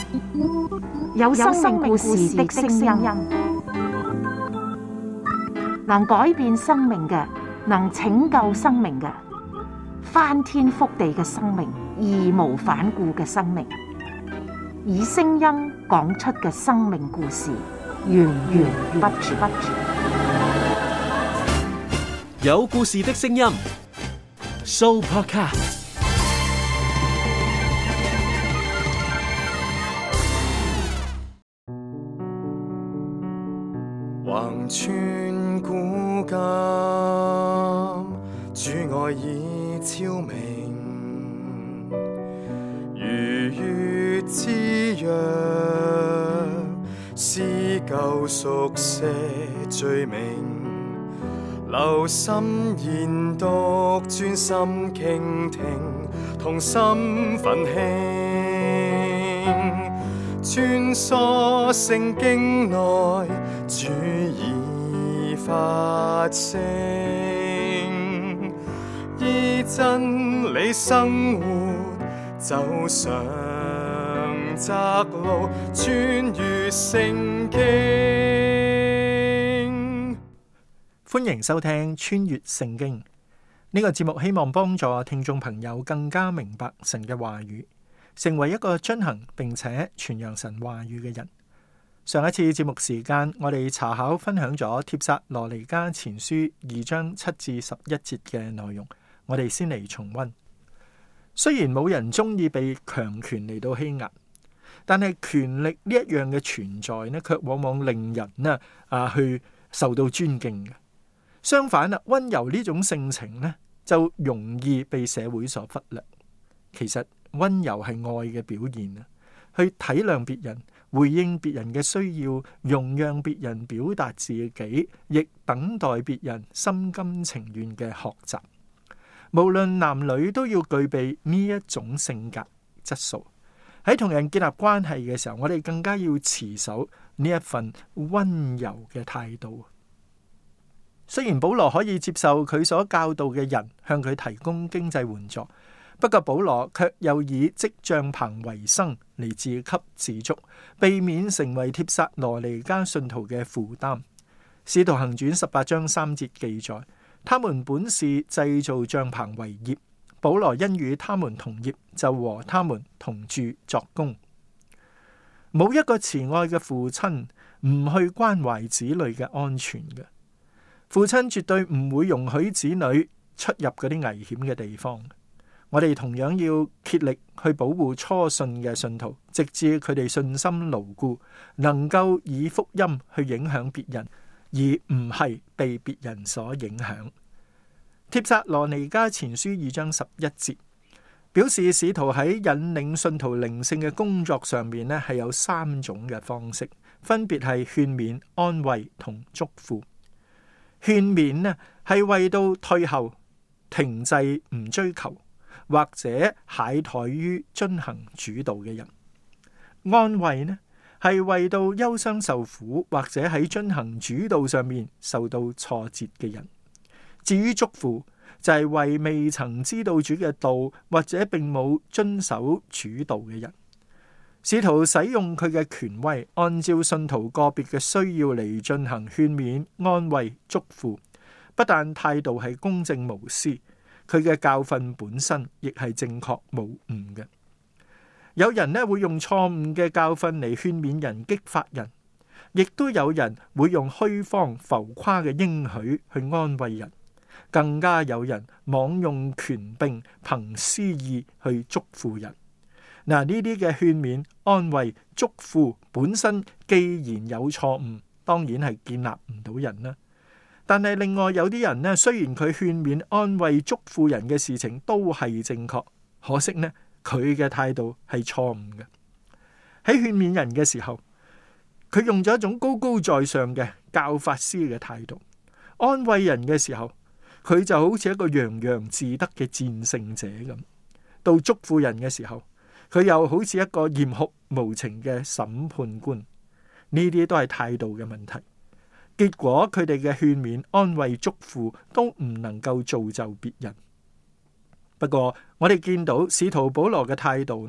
有生命故事的聲音，能改變生命嘅，能拯救生命嘅，翻天覆地嘅生命，義無反顧嘅生命，以聲音講出嘅生命故事，源源不絕。 有故事的聲音 ，Sooo Podcast。 橫穿古今，主愛已超明，如月之約，撕舊熟寫罪名，留心研讀，專心傾聽，同心奮興，穿梭聖經內，主已發聲，依真理生活，走上窄路，穿越聖經。 歡迎收聽穿越聖經呢個節目，希望幫助聽眾朋友更加明白神嘅話語，成為一個遵行並且傳揚神話語嘅人。上一次節目時間，我哋查考分享咗帖撒羅尼迦前書2章7至11節嘅內容，我哋先嚟重溫。雖然冇人中意被強權嚟到欺壓，但係權力呢一樣嘅存在呢，卻往往令人去受到尊敬嘅。相反啊，溫柔呢種性情呢，就容易被社會所忽略。其實溫柔係愛嘅表現啊，去體諒別人，回應別人嘅需要，容讓別人表達自己，亦等待別人心甘情願嘅學習。無論男女都要具備呢一種性格質素。喺同人建立關係嘅時候，我哋更加要持守呢一份溫柔嘅態度。雖然保羅可以接受佢所教導嘅人向佢提供經濟援助，不過保羅卻又以織帳篷為生嚟自給自足，避免成為帖撒羅尼迦信徒嘅負擔。使徒行傳18章3節記載，他們本是製造帳篷為業，保羅因與他們同業，就和他們同住作工。冇一個慈愛嘅父親唔去關懷子女嘅安全嘅。父親絕對唔會容許子女出入嗰啲危險嘅地方。我哋同樣要竭力去保護初信嘅信徒，直至佢哋信心牢固，能夠以福音去影響別人，而唔係被別人所影響。帖撒羅尼迦前書2章11節表示，使徒喺引領信徒靈性嘅工作上面呢，係有3種嘅方式，分別係勸勉、安慰同囑咐。勸勉呢，係為到退後、停滯唔追求或者懈怠於遵行主道嘅人；安慰呢，係為到憂傷受苦或者喺遵行主道上面受到挫折嘅人。至於囑咐，就係為未曾知道主嘅道或者並冇遵守主道嘅人。使徒使用佢嘅權威，按照信徒個別嘅需要嚟進行勸勉、安慰、囑咐。不但態度係公正無私，佢嘅教訓本身亦係正確無誤嘅。有人呢會用錯誤嘅教訓嚟勸勉人、激發人，亦都有人會用虛謊浮誇嘅應許去安慰人，更加有人妄用權柄，憑私意去囑咐人。嗱，呢啲嘅勸勉、安慰、囑咐本身既然有錯誤，當然係建立唔到人啦。但係另外有啲人呢，雖然佢勸勉、安慰、囑咐人嘅事情都係正確，可惜呢，佢嘅態度係錯誤嘅。喺勸勉人嘅時候，佢用咗一種高高在上嘅教法師嘅態度；安慰人嘅時候，佢就好似一個洋洋自得嘅戰勝者咁；到囑咐人嘅時候，佢又好似一個嚴酷無情嘅審判官。呢啲都係態度嘅問題。結果佢哋嘅勸勉、安慰、囑咐都唔能夠造就別人。不過我哋見到使徒保羅嘅態度呢，係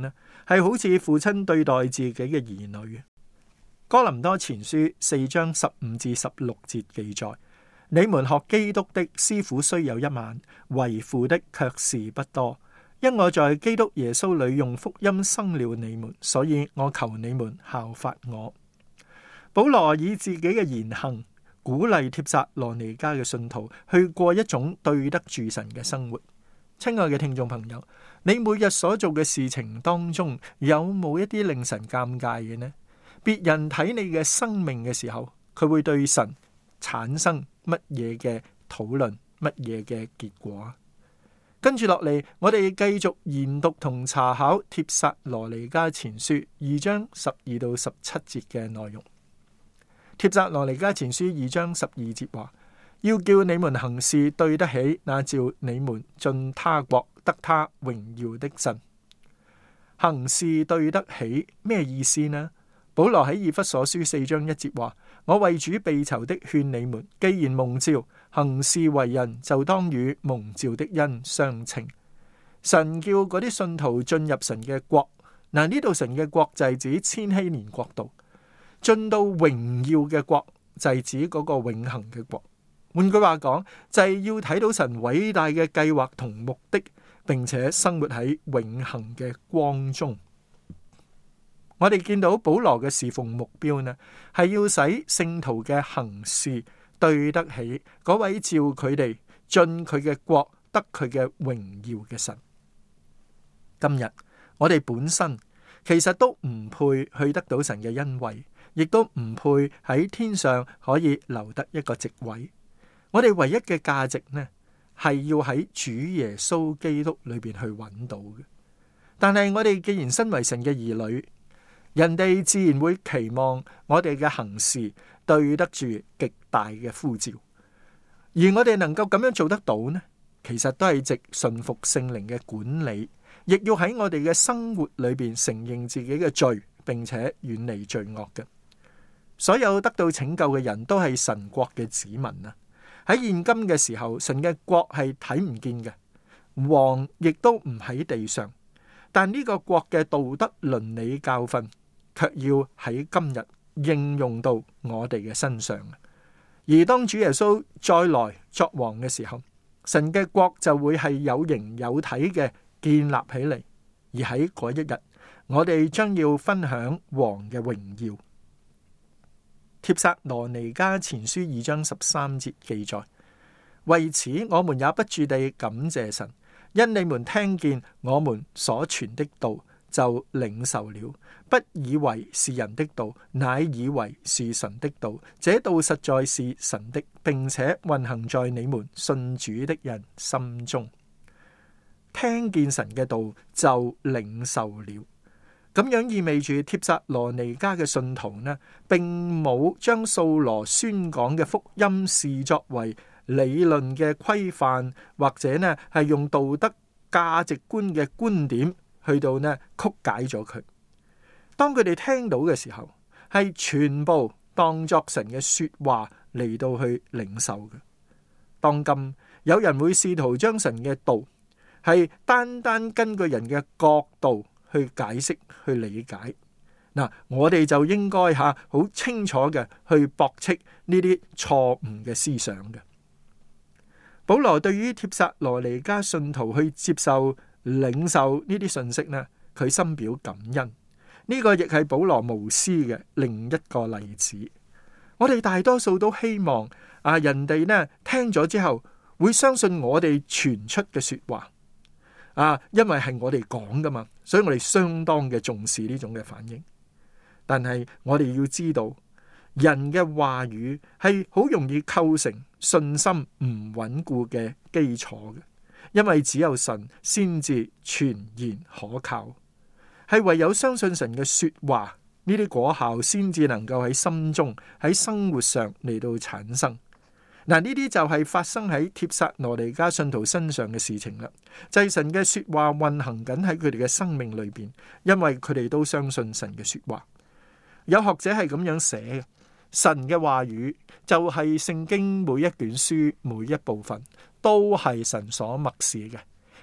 係好似父親對待自己嘅兒女。哥林多前書4章15至16節記載：你們學基督的師傅雖有1萬，為父的卻是不多。因我在基督耶穌裏用福音生了你們，所以我求你們效法我。保羅以自己嘅言行鼓勵帖撒羅尼迦嘅信徒去過一種對得住神嘅生活。親愛嘅聽眾朋友，你每日所做嘅事情當中，有冇一啲令神尷尬嘅呢？別人睇你嘅生命嘅時候，佢會對神產生乜嘢嘅討論，乜嘢嘅結果？跟住落嚟，我哋繼續研讀同查考帖撒羅尼迦前書2章12到17節嘅內容。帖撒羅尼迦前書2章12節話：要叫你們行事對得起那召你們進他國得他榮耀的神。行事對得起咩意思呢？保羅喺以弗所書4章1節話：我為主被囚的勸你們，既然蒙召，行事為人就當與蒙召的恩相稱。神叫嗰啲信徒進入神嘅國，嗱，呢度神嘅國就係指千禧年國度，進到榮耀嘅國就係指嗰個永恆嘅國。換句話講，就係要睇到神偉大嘅計劃同目的，並且生活喺永恆嘅光中。我哋見到保羅嘅侍奉目標呢，係要使聖徒嘅行事對得起嗰位召佢哋進佢嘅國得佢嘅榮耀嘅神。今日我哋本身其實都唔配去得到神嘅恩惠，亦都唔配喺天上可以留得一個席位。我哋唯一嘅價值呢，係要喺主耶穌基督裏邊去揾到嘅。但係我哋既然身為神嘅兒女，人哋自然會期望我哋嘅行事對得住極大嘅呼召，而我哋能夠咁樣做得到呢，其實都係藉順服聖靈嘅管理，亦要喺我哋嘅生活裏邊承認自己嘅罪，並且遠離罪惡嘅。所有得到拯救嘅人都係神國嘅子民啊！喺現今嘅時候，神嘅國係睇唔見嘅，王亦都唔喺地上，但呢個國嘅道德倫理教訓卻要喺今日應用到我哋嘅身上。而當主耶穌再來作王嘅時候，神嘅國就會係有形有體嘅建立起嚟，而喺嗰一日，我哋將要分享王嘅榮耀。帖撒羅尼迦前書2章13節記載：為此我們也不住地感謝神，因你們聽見我們所傳的道，就領受了，不以為是人的道，乃以為是神的道。這道實在是神的，並且運行在你們信主的人心中。聽見神嘅道就領受了，咁樣意味住帖撒羅尼迦嘅信徒呢，並冇將掃羅宣講嘅福音視作為理論嘅規範，或者呢係用道德價值觀嘅觀點去到呢曲解咗佢。當佢哋聽到嘅時候，係全部當作神嘅說話嚟到去領受嘅。當今有人會試圖將神嘅道係單單根據人嘅角度去解釋、去理解。嗱，我哋就應該好清楚嘅去駁斥呢啲錯誤嘅思想嘅。保羅對於帖撒羅尼迦信徒去接受、領受呢啲信息呢，佢深表感恩。呢個亦係保羅無私嘅另一個例子。我哋大多數都希望人哋呢聽咗之後會相信我哋傳出嘅說話。因為係我哋講噶嘛，所以我哋相當嘅重視呢種嘅反應。但係我哋要知道，人嘅話語係好容易構成信心唔穩固嘅基礎嘅，因為只有神先至全然可靠，係唯有相信神嘅說話，呢啲果效先至能夠喺心中、喺生活上嚟到產生。嗱，呢啲就係發生喺帖撒羅尼迦信徒身上嘅事情啦。就係神嘅說話運行緊喺佢哋嘅生命裏邊，因為佢哋都相信神嘅說話。有學者係咁樣寫嘅：神嘅話語就係聖經每一卷書每一部分都係神所默示嘅，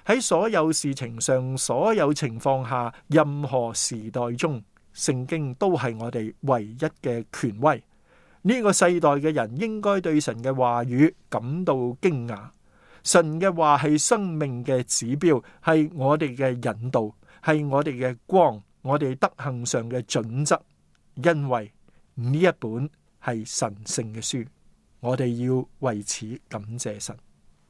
喺所有事情上、所有情況下、任何時代中，聖經都係我哋唯一嘅權威。呢個世代嘅人應該對神嘅話語感到驚訝。神嘅話係生命嘅指標，係我哋嘅引導，係我哋嘅光，我哋德行上嘅準則。因為呢一本係神聖嘅書，我哋要為此感謝神。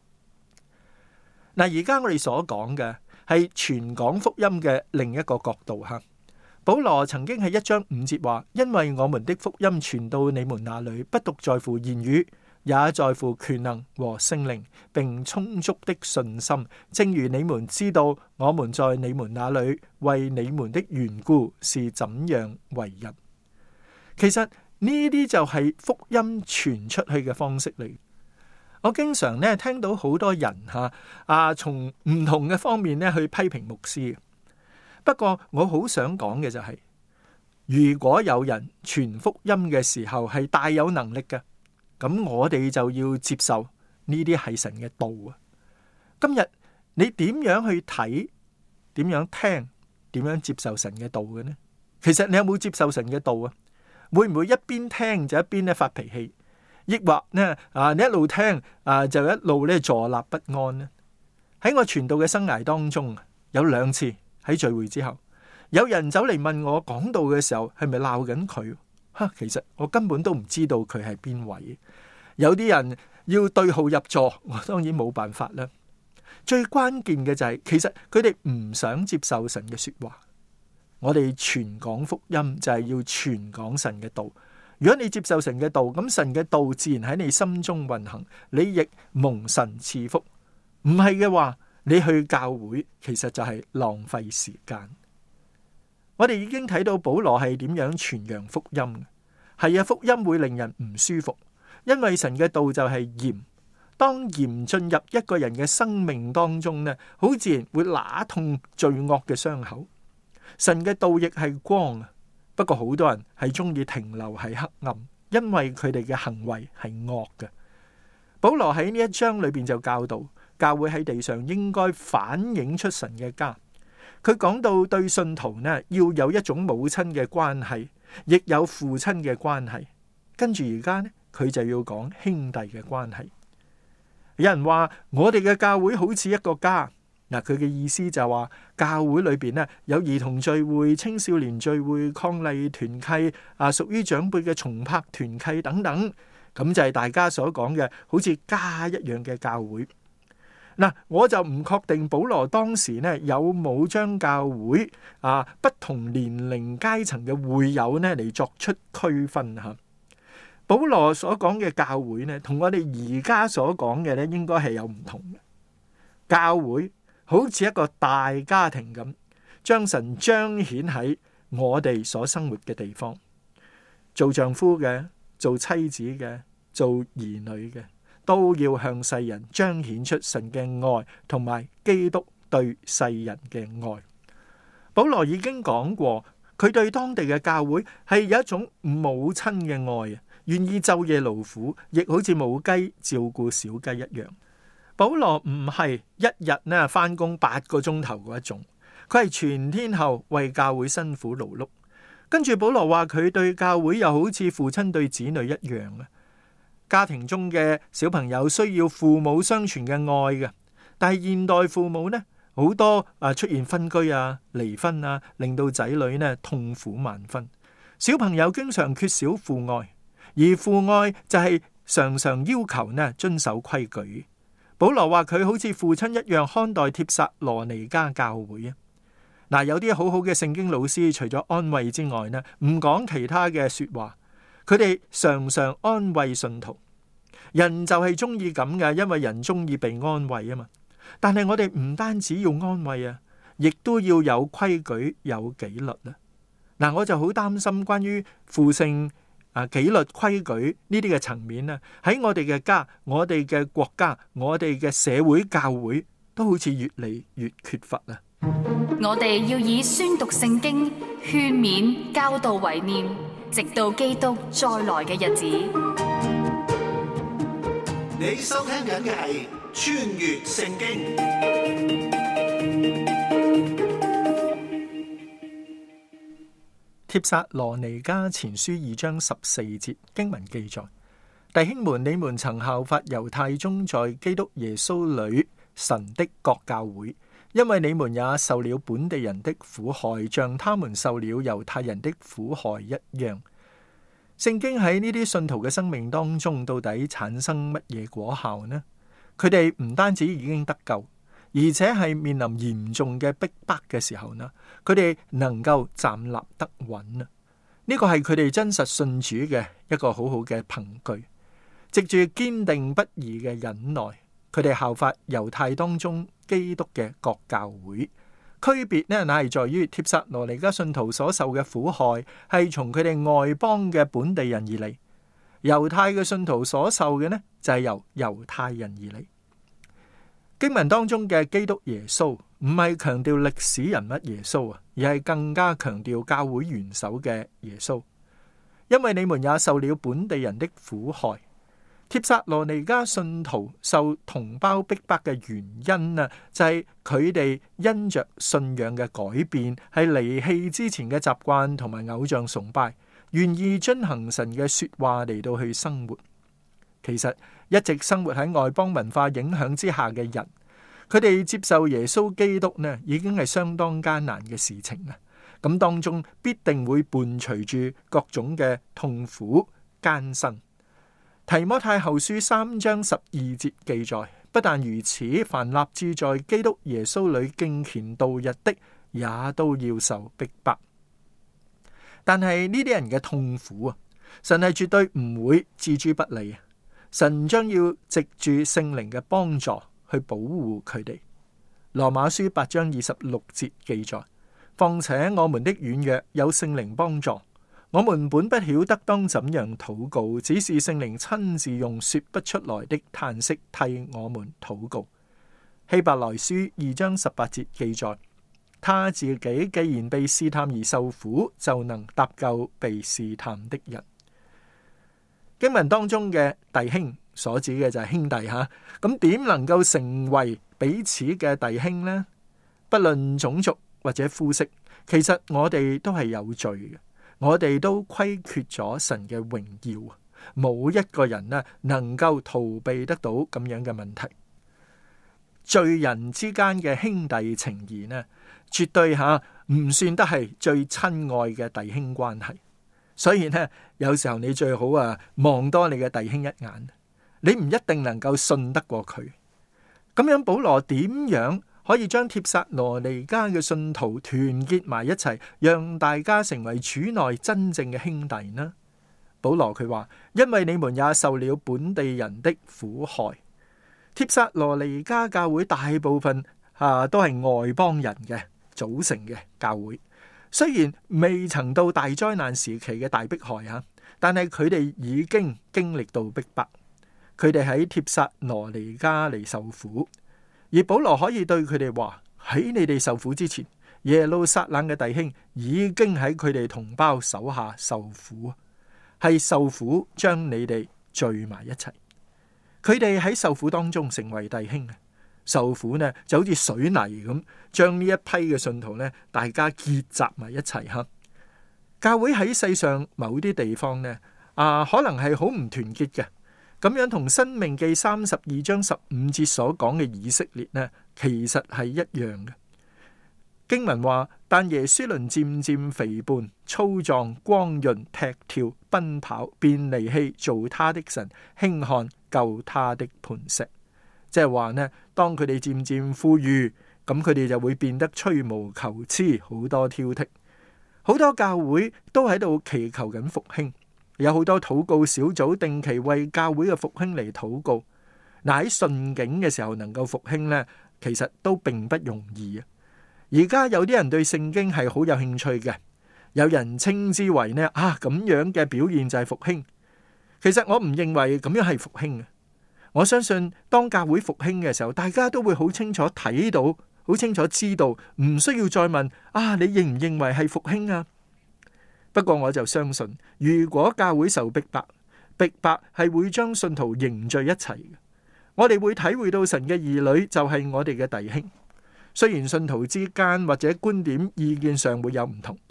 嗱，而家我哋所講嘅係傳講福音嘅另一個角度吓。保羅曾經喺1章5節話：因為我們的福音傳到你們那裏，不獨在乎言語，也在乎權能和聖靈，並充足的信心。正如你們知道，我們在你們那裏為你們的緣故是怎樣為人。其實呢啲就係福音傳出去嘅方式嚟。我經常咧聽到好多人從唔同嘅方面咧去批評牧師。不過我好想講嘅就係，如果有人傳福音嘅時候係大有能力嘅，咁我哋就要接受呢啲係神嘅道啊。今日你點樣去睇、點樣聽、點樣接受神嘅道嘅呢？其實你有冇接受神嘅道啊？會唔會一邊聽就一邊咧發脾氣？抑或呢你一路聽就一路咧坐立不安呢？喺我傳道嘅生涯當中，有2次喺聚會之後，有人走嚟問我講道嘅時候係咪鬧緊佢？其實我根本都唔知道佢係邊位。有啲人要對號入座，我當然冇辦法啦。最關鍵嘅就係，其實佢哋唔想接受神嘅說話。我哋傳講福音就係要傳講神嘅道。如果你接受神嘅道，咁神嘅道自然喺你心中運行，你亦蒙神賜福。唔係嘅話，你去教會其實就係浪費時間。我哋已經睇到保羅係點樣傳揚福音。係啊，福音會令人唔舒服，因為神嘅道就係鹽。當鹽進入一個人嘅生命當中呢，好自然會揦痛罪惡嘅傷口。神嘅道亦係光啊。不過好多人係中意停留喺黑暗，因為佢哋嘅行為係惡嘅。保羅喺呢1章裏邊就教導教會喺地上應該反映出神嘅家。佢講到對信徒呢，要有一種母親嘅關係，亦有父親嘅關係。跟住而家呢，佢就要講兄弟嘅關係。有人話我哋嘅教會好似一個家。嗱，佢嘅意思就話教會裏邊咧有兒童聚會、青少年聚會、伉儷團契屬於長輩嘅重拍團契等等，咁就係大家所講嘅好似家一樣嘅教會。嗱，我就唔確定保羅當時咧有冇將教會不同年齡階層嘅會友咧嚟作出區分吓。保羅所講嘅教會咧，同我哋而家所講嘅咧，應該係有唔同嘅。教會好似一個大家庭咁，將神彰顯喺我哋所生活嘅地方。做丈夫嘅、做妻子嘅、做兒女嘅，都要向世人彰顯出神嘅愛，同埋基督對世人嘅愛。保羅已經講過，佢對當地嘅教會係有一種母親嘅愛啊，願意晝夜勞苦，亦好似母雞照顧小雞一樣。保羅唔係一日呢返工8個鐘頭嗰一種，佢係全天候為教會辛苦勞碌。跟住保羅話佢對教會又好似父親對子女一樣啊。家庭中嘅小朋友需要父母相傳嘅愛嘅，但係現代父母呢，好多出現分居離婚令到仔女呢痛苦萬分。小朋友經常缺少父愛，而父愛就係常常要求呢遵守規矩。保羅話佢好似父親一樣看待帖撒羅尼迦教會啊。有啲好好嘅聖經老師，除咗安慰之外呢，唔講其他嘅說話，佢哋常常安慰信徒。人就係中意咁嘅，因為人中意被安慰啊嘛。但係我哋唔單止要安慰啊，亦都要有規矩、有紀律啊。我就好擔心關於父性紀律規矩呢啲嘅層面咧，喺我哋嘅家、我哋嘅國家、我哋嘅社會教會都好似越嚟越缺乏啊！ 我哋要以宣讀聖經、勸勉、教導為念，直到基督再來嘅日子。 你收聽緊嘅係穿越聖經。 帖撒羅尼迦前書2章14節經文記載：弟兄們，你們曾效法猶太中在基督耶穌裏神的各教會，因為你們也受了本地人的苦害，像他們受了猶太人的苦害一樣。聖經喺呢啲信徒嘅生命當中，到底產生乜嘢果效呢？佢哋唔單止已經得救，而且係面臨嚴重嘅逼迫嘅時候呢，佢哋能夠站立得穩啊！呢個係佢哋真實信主嘅一個好好嘅憑據。藉住堅定不移嘅忍耐，佢哋效法猶太當中基督嘅各教會。區別呢，乃係在於帖撒羅尼迦信徒所受嘅苦害係從佢哋外邦嘅本地人而嚟，猶太嘅信徒所受嘅呢就係由猶太人而嚟。經文當中嘅基督耶穌唔係強調歷史人物耶穌啊，而係更加強調教會元首嘅耶穌。因為你們也受了本地人的苦害。帖撒羅尼迦信徒受同胞逼迫嘅原因啊，就係佢哋因着信仰嘅改變，係離棄之前嘅習慣同埋偶像崇拜，願意遵行神嘅說話嚟到去生活。其實一直生活喺外邦文化影響之下嘅人，佢哋接受耶穌基督呢，已經係相當艱難嘅事情啦。咁當中必定會伴隨住各種嘅痛苦艱辛。提摩太後書3章12節記載，不但如此，凡立志在基督耶穌裏敬虔度日的，也都要受逼迫。但係呢啲人嘅痛苦啊，神係絕對唔會置諸不理。神將要藉住聖靈嘅幫助去保護佢哋。羅馬書8章26節記載，況且我們的軟弱有聖靈幫助。我們本不曉得當怎樣禱告，只是聖靈親自用說不出來的嘆息替我們禱告。希伯來書2章18節記載，他自己既然被試探而受苦，就能搭救被試探的人。經文當中嘅弟兄所指嘅就係兄弟吓，咁點能夠成為彼此嘅弟兄呢？不論種族或者膚色，其實我哋都係有罪嘅。我哋都虧缺咗神嘅榮耀，冇一個人呢能夠逃避得到咁樣嘅問題。罪人之間嘅兄弟情誼呢，絕對唔算得係最親愛嘅弟兄關係。所以呢，有時候你最好望多你嘅弟兄一眼，你唔一定能夠信得過佢。咁樣保羅點樣可以將帖撒羅尼迦嘅信徒團結埋一齊，讓大家成為主內真正嘅兄弟呢？保羅佢話，因為你們也受了本地人的苦害。帖撒羅尼迦教會大部分都係外邦人嘅組成嘅教會，雖然未曾到大災難時期嘅大迫害，但係佢哋已經經歷到逼迫，佢哋喺帖撒羅尼迦嚟受苦。而保羅可以對佢哋話，喺你哋受苦之前，耶路撒冷嘅弟兄已經喺佢哋同胞手下受苦，係受苦將你哋聚埋一齊。佢哋喺受苦當中成為弟兄，受苦呢就好似水泥咁，將呢一批嘅信徒呢，大家結集埋一齊吓。教會喺世上某啲地方呢，可能係好唔團結嘅。咁樣同申命記32章15節所講嘅以色列呢，其實係一樣嘅。經文話，但耶書崙漸漸肥胖、粗壯、光潤、踢跳、奔跑，便離棄造他的神，輕看救他的磐石。即係話呢，當佢哋漸漸富裕，咁佢哋就會變得吹毛求疵，好多挑剔。好多教會都喺度祈求緊復興。有好多禱告小組定期為教會嘅復興嚟禱告。嗱，喺順境嘅時候能夠復興呢，其實都並不容易啊。而家有啲人對聖經係好有興趣嘅，有人稱之為呢咁樣嘅表現就係復興。其實我唔認為咁樣係復興嘅。我相信當教會復興嘅時候，大家都會好清楚睇到，好清楚知道，唔需要再問你認唔認為係復興啊？不過我就相信，如果教會受逼迫，逼迫係會將信徒凝聚一齊嘅。我哋會體會到神嘅兒女就係我哋嘅弟兄。雖然信徒之間或者觀點意見上會有唔同，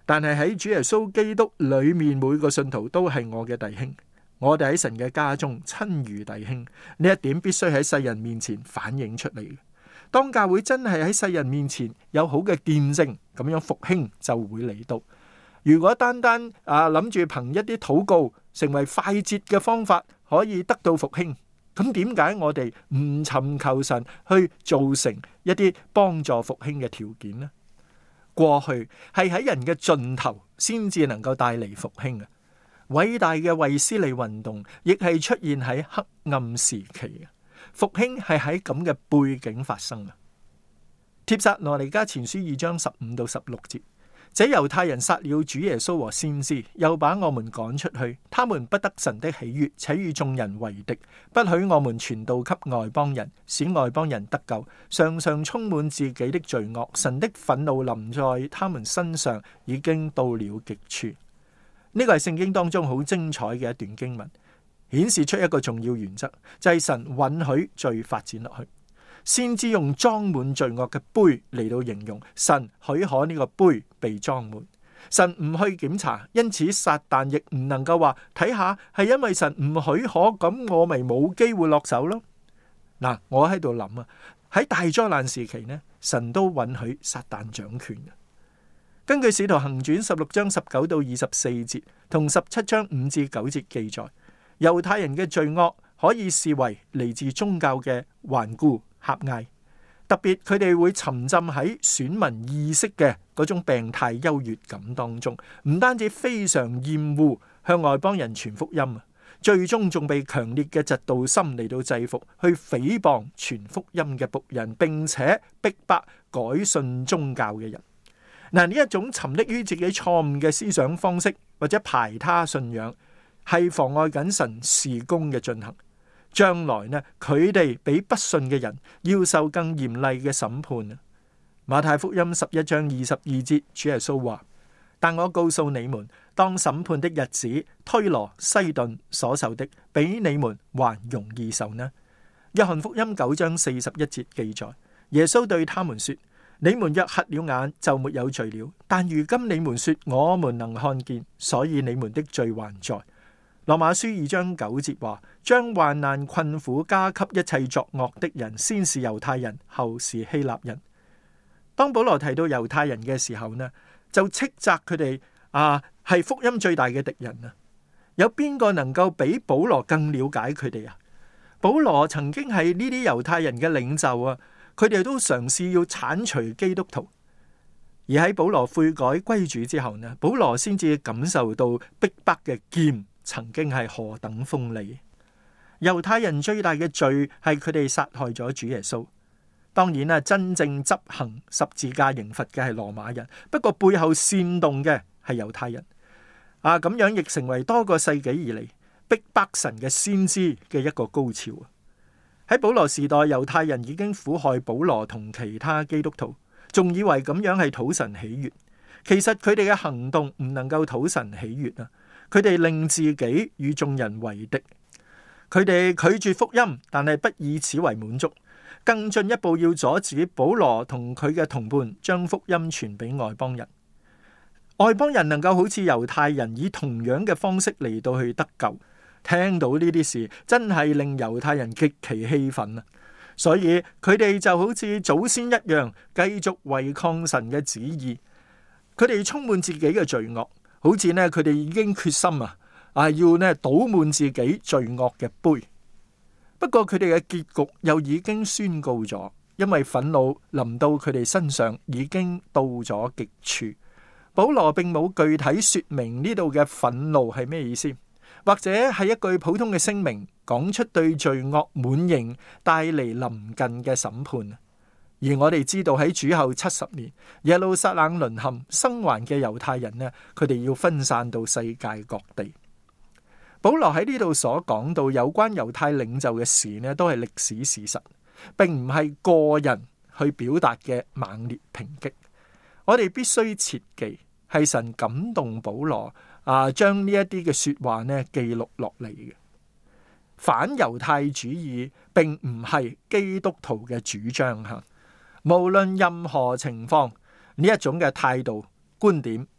但係喺主耶穌基督裏面，每個信徒都係我嘅弟兄。我哋喺神嘅家中親如弟兄，呢一點必須喺世人面前反映出嚟。當教會真係喺世人面前有好嘅見證，咁樣復興就會嚟到。如果單單諗住憑一啲禱告成為快捷嘅方法可以得到復興，咁點解我哋唔尋求神去造成一啲幫助復興嘅條件呢？過去係喺人嘅盡頭先至能夠帶嚟復興啊！偉大嘅衛斯理運動亦係出現喺黑暗時期啊！復興係喺咁嘅背景發生啊！帖撒羅尼迦前書2章15到16節。這猶太人殺了主耶穌和先知，又把我們趕出去。他們不得神的喜悅，且與眾人為敵，不許我們傳道給外邦人，使外邦人得救。常常充滿自己的罪惡，神的憤怒臨在他們身上，已經到了極處。呢個係聖經當中好精彩嘅一段經文，顯示出一個重要原則，就係神允許罪發展落去。先知用裝滿罪惡嘅杯嚟到形容神許可呢個杯被裝滿，神唔去檢查，因此撒旦亦唔能夠話睇下係因為神唔許可，咁我咪冇機會落手咯。嗱，我喺度諗啊，喺大災難時期呢，神都允許撒旦掌權嘅。根據使徒行傳16章19到24節同17章5至9節記載，猶太人嘅罪惡可以視為嚟自宗教嘅頑固狹隘，特別佢哋會沉浸喺選民意識嘅嗰種病態優越感當中，唔單止非常厭惡向外邦人傳福音啊，最終仲被強烈嘅嫉妒心嚟到制服，去誹謗傳福音嘅僕人，並且逼迫改信宗教嘅人。嗱，呢一種沉溺於自己錯誤嘅思想方式或者排他信仰，係妨礙緊神事工嘅進行。將來呢，佢哋比不信嘅人要受更嚴厲嘅審判啊！馬太福音11章22節，主耶穌話：但我告訴你們，當審判的日子，推羅、西頓所受的，比你們還容易受呢。約翰福音9章41節記載，耶穌對他們說：你們若瞎了眼，就沒有罪了。但如今你們說我們能看見，所以你們的罪還在。羅馬書2章9節話：將患難困苦加給一切作惡的人，先是猶太人，後是希臘人。當保羅提到猶太人嘅時候呢，就斥責佢哋係福音最大嘅敵人啊！有邊個能夠比保羅更了解佢哋啊？保羅曾經係呢啲猶太人嘅領袖啊，佢哋都嘗試要剷除基督徒。而喺保羅悔改歸主之後呢，保羅先至感受到逼迫嘅劍曾經係何等鋒利。猶太人最大嘅罪係佢哋殺害咗主耶穌。當然啦，真正執行十字架刑罰嘅係羅馬人，不過背後煽動嘅係猶太人。咁樣亦成為多個世紀以嚟逼迫神嘅先知嘅一個高潮。喺保羅時代，猶太人已經苦害保羅同其他基督徒，仲以為咁樣係討神喜悅。其實佢哋嘅行動唔能夠討神喜悅啊！佢哋令自己與眾人為敵，佢哋拒絕福音，但係不以此為滿足，更進一步要阻止保羅同佢嘅同伴將福音傳俾外邦人。外邦人能夠好似猶太人以同樣嘅方式嚟到去得救，聽到呢啲事真係令猶太人極其氣憤啊！所以佢哋就好似祖先一樣，繼續違抗神嘅旨意。佢哋充滿自己嘅罪惡。好似呢，佢哋已經決心要呢倒滿自己罪惡嘅杯。不過佢哋嘅結局又已經宣告咗，因為憤怒臨到佢哋身上，已經到咗極處。保羅並冇具體說明呢度嘅憤怒係咩意思，或者係一句普通嘅聲明，講出對罪惡滿盈帶嚟臨近嘅審判。而我哋知道喺主後70年，耶路撒冷淪陷，生還嘅猶太人呢，佢哋要分散到世界各地。保羅喺呢度所講到有關猶太領袖嘅事呢，都係歷史事實，並唔係個人去表達嘅猛烈抨擊。我哋必須切記，係神感動保羅將呢一啲嘅說話呢記錄落嚟嘅。反猶太主義並唔係基督徒嘅主張吓。無論任何情況，呢一種嘅態度觀點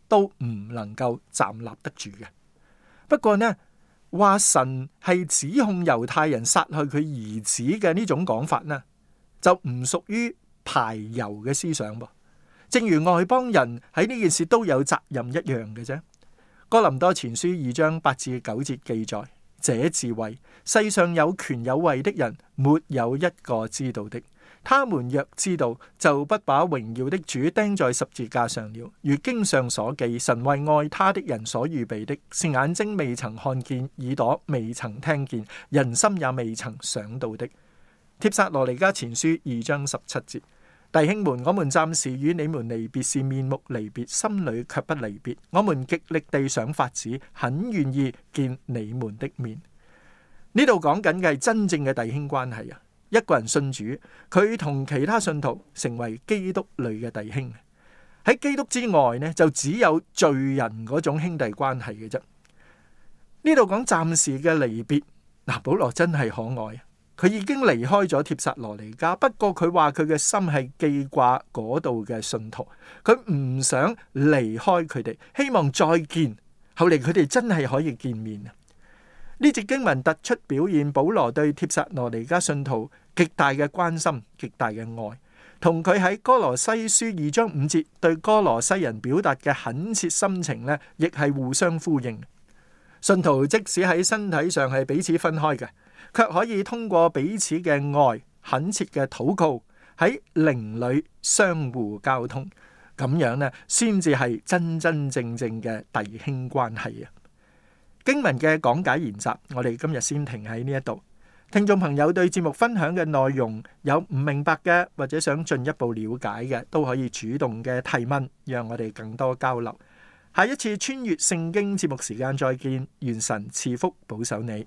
都唔能夠站立得住嘅。不過呢，話神係指控猶太人殺害佢兒子嘅呢種講法呢，就唔屬於排猶嘅思想噃。正如外邦人喺呢件事都有責任一樣嘅啫。哥林多前書2章8至9節記載：這智慧，世上有權有位的人，沒有一個知道的。他們若知道，就不把榮耀的主釘在十字架上了。如經上所記，神為愛他的人所預備的，是眼睛未曾看見，耳朵未曾聽見，人心也未曾想到的。帖撒羅尼迦前書2章17節：弟兄們，我們暫時與你們離別，是面目離別，心裏卻不離別。我們極力地想法子，很願意見你們的面。呢度講緊嘅係真正嘅弟兄關係啊！一個人信主，佢同其他信徒成為基督裏嘅弟兄。喺基督之外呢，就只有罪人嗰種兄弟關係嘅啫。呢度講暫時嘅離別，嗱，保羅真係可愛，佢已經離開咗帖撒羅尼迦，不過佢話佢嘅心係記掛嗰度嘅信徒，佢唔想離開佢哋，希望再見。後嚟佢哋真係可以見面啊！呢節經文突出表現保羅對帖撒羅尼迦信徒極大嘅關心、極大嘅愛，同佢喺哥羅西書2章5節對哥羅西人表達嘅懇切心情呢，亦係互相呼應。信徒即使喺身體上係彼此分開嘅，卻可以通過彼此嘅愛、懇切嘅禱告，喺靈裏相互交通，咁樣呢，先至係真真正正嘅弟兄關係啊！經文嘅講解研習，我哋今日先停喺呢一度。聽眾朋友對節目分享嘅內容有唔明白嘅，或者想進一步了解嘅，都可以主動嘅提問，讓我哋更多交流。下一次穿越聖經節目時間再見，願神賜福保守你。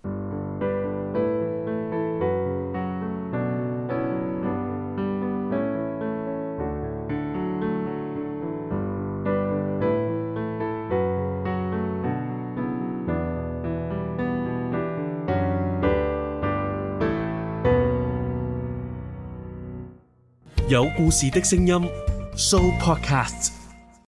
有故事的聲音 Show Podcast。